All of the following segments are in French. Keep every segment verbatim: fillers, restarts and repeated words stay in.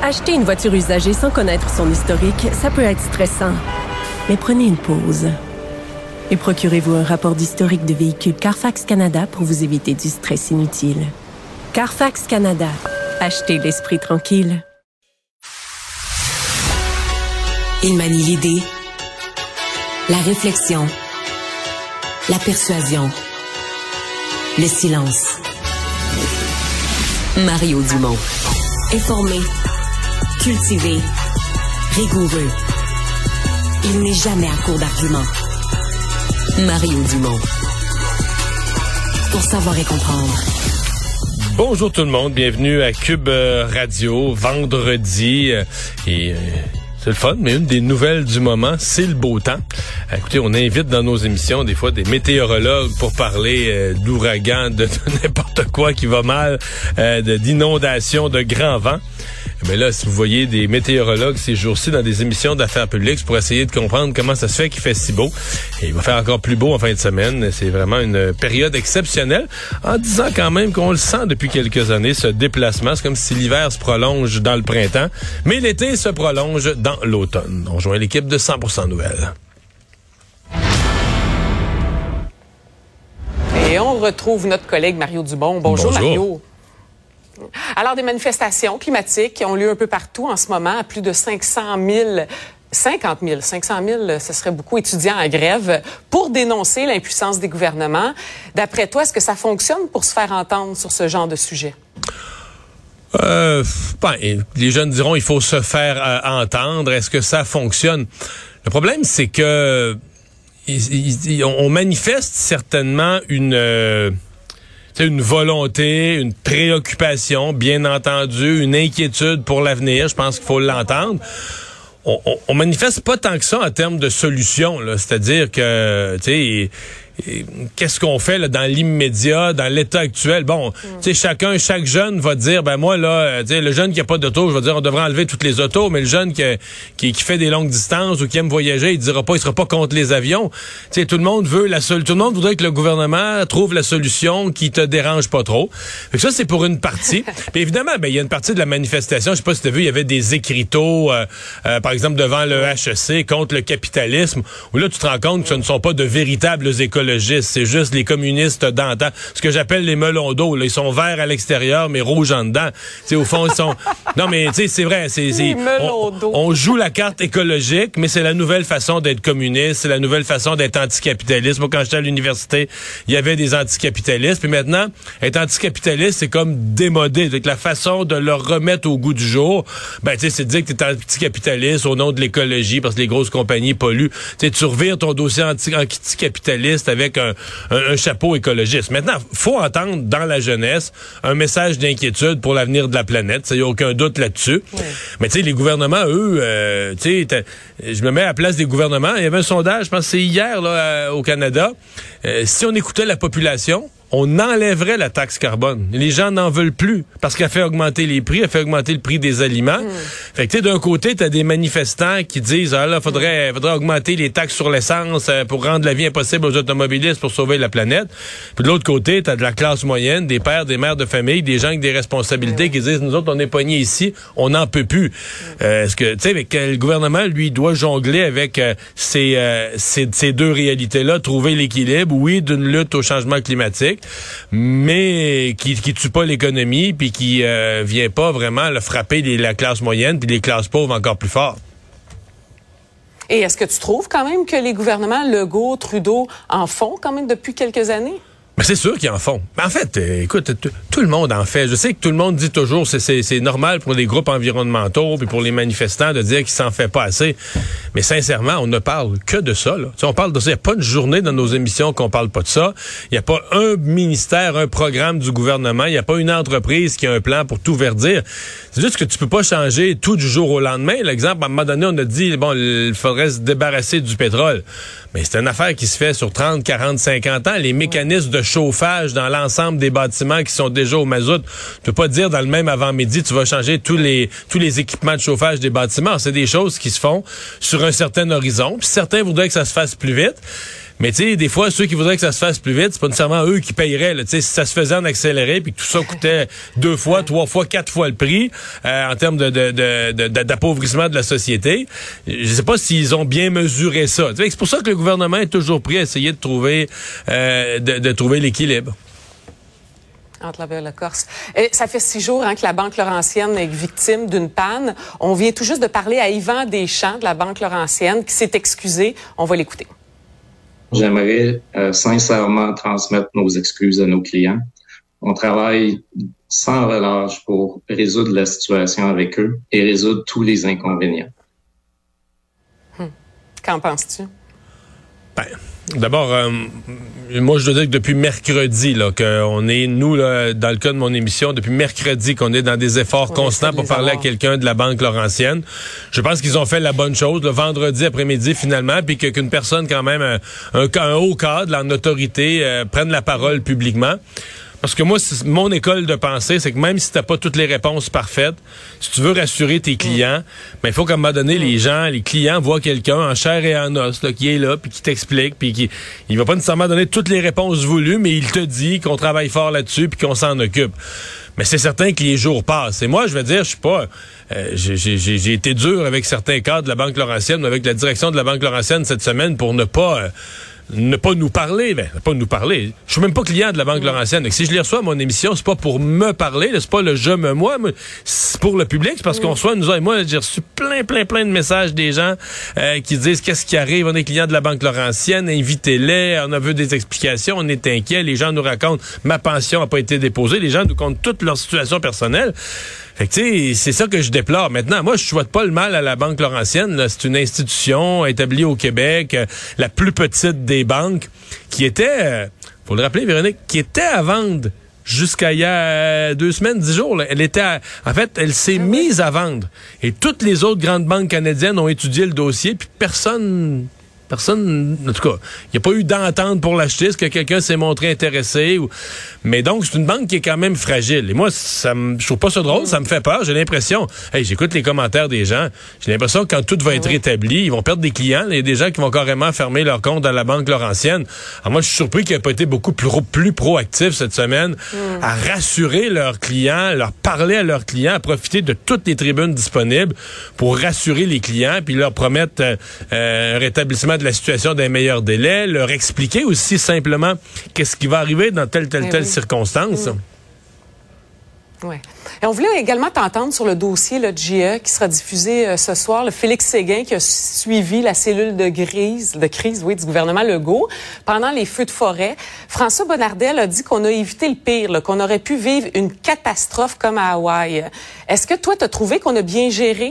Acheter une voiture usagée sans connaître son historique, ça peut être stressant. Mais prenez une pause. Et procurez-vous un rapport d'historique de véhicule Carfax Canada pour vous éviter du stress inutile. Carfax Canada. Achetez l'esprit tranquille. Il manie l'idée, la réflexion, la persuasion, le silence. Mario Dumont. Informé, cultivé, rigoureux. Il n'est jamais à court d'arguments. Mario Dumont. Pour savoir et comprendre. Bonjour tout le monde, bienvenue à Cube Radio, vendredi. Euh, et euh, c'est le fun, mais une des nouvelles du moment, c'est le beau temps. Écoutez, on invite dans nos émissions des fois des météorologues pour parler euh, d'ouragans, de, de n'importe quoi qui va mal, euh, de, d'inondations, de grands vents. Mais là, si vous voyez des météorologues ces jours-ci dans des émissions d'affaires publiques, c'est pour essayer de comprendre comment ça se fait qu'il fait si beau. Et il va faire encore plus beau en fin de semaine. C'est vraiment une période exceptionnelle. En disant quand même qu'on le sent depuis quelques années, ce déplacement. C'est comme si l'hiver se prolonge dans le printemps, mais l'été se prolonge dans l'automne. On rejoint l'équipe de cent pour cent Nouvelles. Et on retrouve notre collègue Mario Dumont. Bonjour, Bonjour. Mario. Alors, des manifestations climatiques qui ont lieu un peu partout en ce moment, à plus de cinq cent mille, cinquante mille, cinq cent mille, ce serait beaucoup, étudiants en grève pour dénoncer l'impuissance des gouvernements. D'après toi, est-ce que ça fonctionne pour se faire entendre sur ce genre de sujet? Euh, ben, les jeunes diront il faut se faire euh, entendre. Est-ce que ça fonctionne? Le problème, c'est que il, il, on manifeste certainement une... Euh, C'est une volonté, une préoccupation, bien entendu, une inquiétude pour l'avenir. Je pense qu'il faut l'entendre. On, on, on manifeste pas tant que ça en termes de solution, là. C'est-à-dire que, tu sais, et qu'est-ce qu'on fait là, dans l'immédiat, dans l'état actuel? Bon, mm. tu sais, chacun, chaque jeune va dire, ben moi, là, tu sais, le jeune qui a pas d'auto, je vais dire, on devrait enlever toutes les autos, mais le jeune qui, qui, qui fait des longues distances ou qui aime voyager, il dira pas, il sera pas contre les avions. Tu sais, tout le monde veut la seule, tout le monde voudrait que le gouvernement trouve la solution qui te dérange pas trop. Fait que ça, c'est pour une partie. Puis évidemment, ben, il y a une partie de la manifestation, je sais pas si tu as vu, il y avait des écriteaux, euh, euh, par exemple, devant le H E C contre le capitalisme, où là, tu te rends compte que ce ne sont pas de véritables écologistes. C'est juste les communistes d'antan. Ce que j'appelle les melons d'eau. Là. Ils sont verts à l'extérieur, mais rouges en dedans. T'sais, au fond, ils sont... Non, mais tu sais, c'est vrai. C'est, c'est... On, on joue la carte écologique, mais c'est la nouvelle façon d'être communiste. C'est la nouvelle façon d'être anticapitaliste. Moi, quand j'étais à l'université, il y avait des anticapitalistes. Puis maintenant, être anticapitaliste, c'est comme démodé. Donc, la façon de leur remettre au goût du jour, ben, tu sais, c'est de dire que t'es anticapitaliste au nom de l'écologie parce que les grosses compagnies polluent. Tu sais, tu revires ton dossier anti- anticapitaliste avec un, un, un chapeau écologiste. Maintenant, faut entendre dans la jeunesse un message d'inquiétude pour l'avenir de la planète. Il n'y a aucun doute là-dessus. Oui. Mais tu sais, les gouvernements, eux, euh, tu sais, je me mets à la place des gouvernements. Il y avait un sondage, je pense que c'est hier là, au Canada. Euh, si on écoutait la population, on enlèverait la taxe carbone. Les gens n'en veulent plus parce qu'elle fait augmenter les prix, elle fait augmenter le prix des aliments. Mmh. Fait que tu sais, d'un côté, t'as des manifestants qui disent ah là, faudrait, faudrait augmenter les taxes sur l'essence euh, pour rendre la vie impossible aux automobilistes pour sauver la planète. Puis de l'autre côté, t'as de la classe moyenne, des pères, des mères de famille, des gens avec des responsabilités mmh. qui disent nous autres, on est pognés ici, on n'en peut plus. Mmh. Euh, est-ce que tu sais, avec le gouvernement, lui, doit jongler avec euh, ces, euh, ces ces deux réalités-là, trouver l'équilibre, oui, d'une lutte au changement climatique, mais qui qui tue pas l'économie puis qui euh, vient pas vraiment le frapper les, la classe moyenne puis les classes pauvres encore plus fort. Et est-ce que tu trouves quand même que les gouvernements Legault, Trudeau en font quand même depuis quelques années? Ben c'est sûr qu'ils en font. Mais en fait, euh, écoute, t- tout le monde en fait. Je sais que tout le monde dit toujours c'est c'est c'est normal pour les groupes environnementaux puis pour les manifestants de dire qu'ils s'en fait pas assez. Mais sincèrement, on ne parle que de ça. Là. T'sais, on parle de ça. Il n'y a pas une journée dans nos émissions qu'on parle pas de ça. Il n'y a pas un ministère, un programme du gouvernement. Il n'y a pas une entreprise qui a un plan pour tout verdir. C'est juste que tu peux pas changer tout du jour au lendemain. L'exemple, à un moment donné, on a dit bon, il faudrait se débarrasser du pétrole. Mais c'est une affaire qui se fait sur trente, quarante, cinquante ans. Les mécanismes de chauffage dans l'ensemble des bâtiments qui sont déjà au mazout, tu peux pas dire dans le même avant-midi, tu vas changer tous les tous les équipements de chauffage des bâtiments. C'est des choses qui se font sur un certain horizon. Puis certains voudraient que ça se fasse plus vite. Mais tu sais, des fois, ceux qui voudraient que ça se fasse plus vite, c'est pas nécessairement eux qui paieraient. Tu sais, si ça se faisait en accéléré, puis que tout ça coûtait deux fois, trois fois, quatre fois le prix euh, en termes de, de, de, de, de, d'appauvrissement de la société, je sais pas s'ils ont bien mesuré ça. Tu sais, c'est pour ça que le gouvernement est toujours prêt à essayer de trouver, euh, de, de trouver l'équilibre. Entre la et la Corse. Et ça fait six jours hein, que la Banque Laurentienne est victime d'une panne. On vient tout juste de parler à Yvan Deschamps de la Banque Laurentienne qui s'est excusé. On va l'écouter. J'aimerais euh, sincèrement transmettre nos excuses à nos clients. On travaille sans relâche pour résoudre la situation avec eux et résoudre tous les inconvénients. Hum. Qu'en penses-tu? Ben, d'abord, euh, moi, je dois dire que depuis mercredi, là, qu'on est, nous, là, dans le cas de mon émission, depuis mercredi, qu'on est dans des efforts on constants pour parler avoir. à quelqu'un de la Banque Laurentienne. Je pense qu'ils ont fait la bonne chose, le vendredi après-midi, finalement, puis que, qu'une personne, quand même, un, un, un haut cadre, en autorité, euh, prenne la parole publiquement. Parce que moi, mon école de pensée, c'est que même si t'as pas toutes les réponses parfaites, si tu veux rassurer tes clients, ben il faut qu'à un moment donné, les gens, les clients voient quelqu'un en chair et en os, là, qui est là, puis qui t'explique, puis qui, il va pas nécessairement donner toutes les réponses voulues, mais il te dit qu'on travaille fort là-dessus, puis qu'on s'en occupe. Mais c'est certain que les jours passent. Et moi, je veux dire, je suis pas, euh, j'ai, j'ai, j'ai été dur avec certains cadres de la Banque Laurentienne, mais avec la direction de la Banque Laurentienne cette semaine pour ne pas euh, ne pas nous parler, ben, pas nous parler. Je suis même pas client de la Banque Laurentienne. Donc, si je les reçois à mon émission, c'est pas pour me parler, là, c'est pas le je me moi, c'est pour le public, c'est parce qu'on reçoit, nous, moi, j'ai reçu plein, plein, plein de messages des gens euh, qui disent qu'est-ce qui arrive, on est client de la Banque Laurentienne, invitez-les, on a vu des explications, on est inquiet, les gens nous racontent, ma pension a pas été déposée, les gens nous comptent toute leur situation personnelle. Fait que, tu sais, c'est ça que je déplore. Maintenant, moi, je souhaite pas le mal à la Banque Laurentienne. Là. C'est une institution établie au Québec, euh, la plus petite des banques, qui était, euh, faut le rappeler, Véronique, qui était à vendre jusqu'à il y a deux semaines, dix jours. Là. Elle était, à, en fait, elle s'est ah mise oui. à vendre. Et toutes les autres grandes banques canadiennes ont étudié le dossier, puis personne... Personne, en tout cas, il n'y a pas eu d'entente pour l'acheter. Est-ce que quelqu'un s'est montré intéressé? Ou... Mais donc, c'est une banque qui est quand même fragile. Et moi, ça me, je trouve pas ça drôle, ça me fait peur. J'ai l'impression, hey, j'écoute les commentaires des gens, j'ai l'impression que quand tout va être oui. rétabli, ils vont perdre des clients. Il y a des gens qui vont carrément fermer leur compte dans la Banque Laurentienne. Alors moi, je suis surpris qu'ils n'aient pas été beaucoup plus, plus proactifs cette semaine mm. à rassurer leurs clients, leur parler à leurs clients, à profiter de toutes les tribunes disponibles pour rassurer les clients, puis leur promettre euh, euh, un rétablissement de la situation d'un meilleur délai, leur expliquer aussi simplement qu'est-ce qui va arriver dans telle, telle, telle oui. circonstance. Mmh. Oui. Et on voulait également t'entendre sur le dossier là, de J E qui sera diffusé euh, ce soir. Le Félix Séguin qui a suivi la cellule de crise, de crise oui, du gouvernement Legault pendant les feux de forêt. François Bonnardel a dit qu'on a évité le pire, là, qu'on aurait pu vivre une catastrophe comme à Hawaï. Est-ce que toi, tu as trouvé qu'on a bien géré?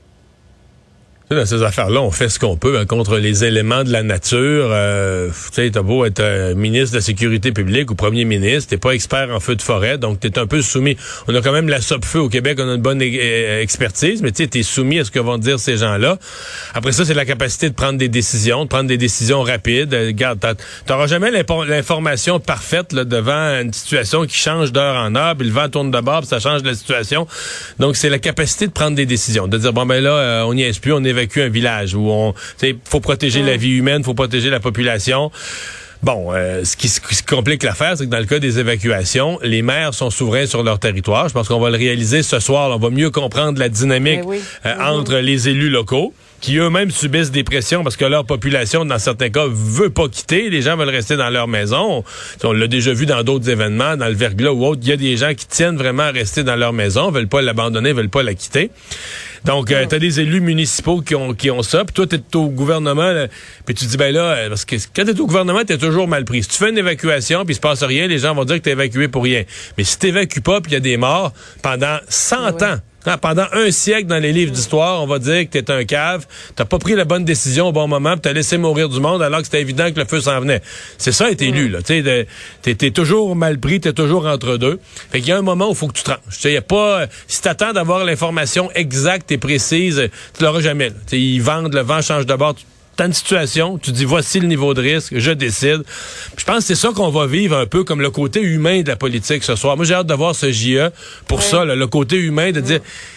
Dans ces affaires-là, on fait ce qu'on peut hein, contre les éléments de la nature. Euh, tu sais, t'as beau être euh, ministre de la Sécurité publique ou premier ministre, t'es pas expert en feu de forêt, donc t'es un peu soumis. On a quand même la Sopfeu au Québec, on a une bonne e- expertise, mais tu sais, t'es soumis à ce que vont dire ces gens-là. Après ça, c'est la capacité de prendre des décisions, de prendre des décisions rapides. Euh, regarde, t'auras jamais l'information parfaite là, devant une situation qui change d'heure en heure, puis le vent tourne de bord, puis ça change la situation. Donc, c'est la capacité de prendre des décisions, de dire, bon, ben là, euh, on n'y est plus, on est évacue un village où on, tu sais, faut protéger mmh. la vie humaine, faut protéger la population. Bon, euh, ce qui se complique l'affaire, c'est que dans le cas des évacuations, les maires sont souverains sur leur territoire. Je pense qu'on va le réaliser ce soir. On va mieux comprendre la dynamique oui. euh, mmh. entre les élus locaux, qui eux-mêmes subissent des pressions parce que leur population, dans certains cas, veut pas quitter. Les gens veulent rester dans leur maison. On, on l'a déjà vu dans d'autres événements, dans le verglas ou autre. Il y a des gens qui tiennent vraiment à rester dans leur maison, veulent pas l'abandonner, veulent pas la quitter. Donc, euh, t'as des élus municipaux qui ont qui ont ça, puis toi, t'es au gouvernement, là, puis tu dis, ben là, parce que quand t'es au gouvernement, t'es toujours mal pris. Si tu fais une évacuation, puis il se passe rien, les gens vont dire que t'es évacué pour rien. Mais si t'évacues pas, puis il y a des morts, pendant cent oui. ans, hein, pendant un siècle dans les livres d'histoire, on va dire que t'es un cave, t'as pas pris la bonne décision au bon moment, puis t'as laissé mourir du monde alors que c'était évident que le feu s'en venait. C'est ça, être élu, là. Tu sais, t'es, t'es toujours mal pris, t'es toujours entre deux. Fait qu'il y a un moment où il faut que tu tranches. Tu sais, y a pas, si t'attends d'avoir l'information exacte et précise, tu l'auras jamais, là. Tu sais, ils vendent, le vent change de bord, t'as une situation, tu dis voici le niveau de risque, je décide. Puis je pense que c'est ça qu'on va vivre un peu comme le côté humain de la politique ce soir. Moi, j'ai hâte de voir ce J E pour oui. ça, là, le côté humain de oui. dire,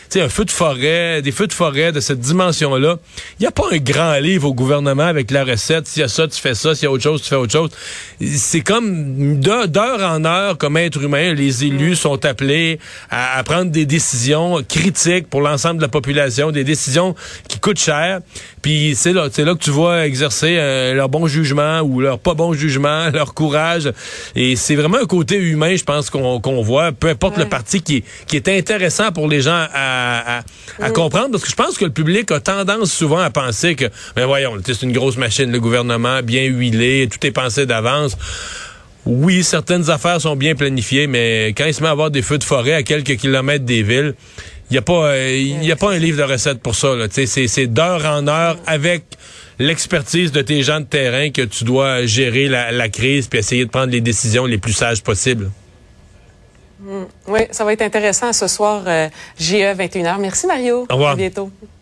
sais, un feu de forêt, des feux de forêt de cette dimension-là, il n'y a pas un grand livre au gouvernement avec la recette. S'il y a ça, tu fais ça. S'il y a autre chose, tu fais autre chose. C'est comme d'heure en heure, comme être humain, les élus sont appelés à, à prendre des décisions critiques pour l'ensemble de la population, des décisions qui coûtent cher. Puis c'est là, c'est là que tu vois exercer euh, leur bon jugement ou leur pas bon jugement, leur courage. Et c'est vraiment un côté humain, je pense, qu'on qu'on voit, peu importe ouais. le parti, qui, qui est intéressant pour les gens à, à, à mmh. comprendre, parce que je pense que le public a tendance souvent à penser que, ben voyons, c'est une grosse machine, le gouvernement, bien huilé, tout est pensé d'avance. Oui, certaines affaires sont bien planifiées, mais quand il se met à avoir des feux de forêt à quelques kilomètres des villes, il n'y a pas euh, il y a pas un livre de recettes pour ça. Là. C'est, c'est d'heure en heure avec l'expertise de tes gens de terrain que tu dois gérer la, la crise puis essayer de prendre les décisions les plus sages possibles. Mmh. Oui, ça va être intéressant ce soir, euh, J E vingt et une heures. Merci Mario. Au revoir. À bientôt.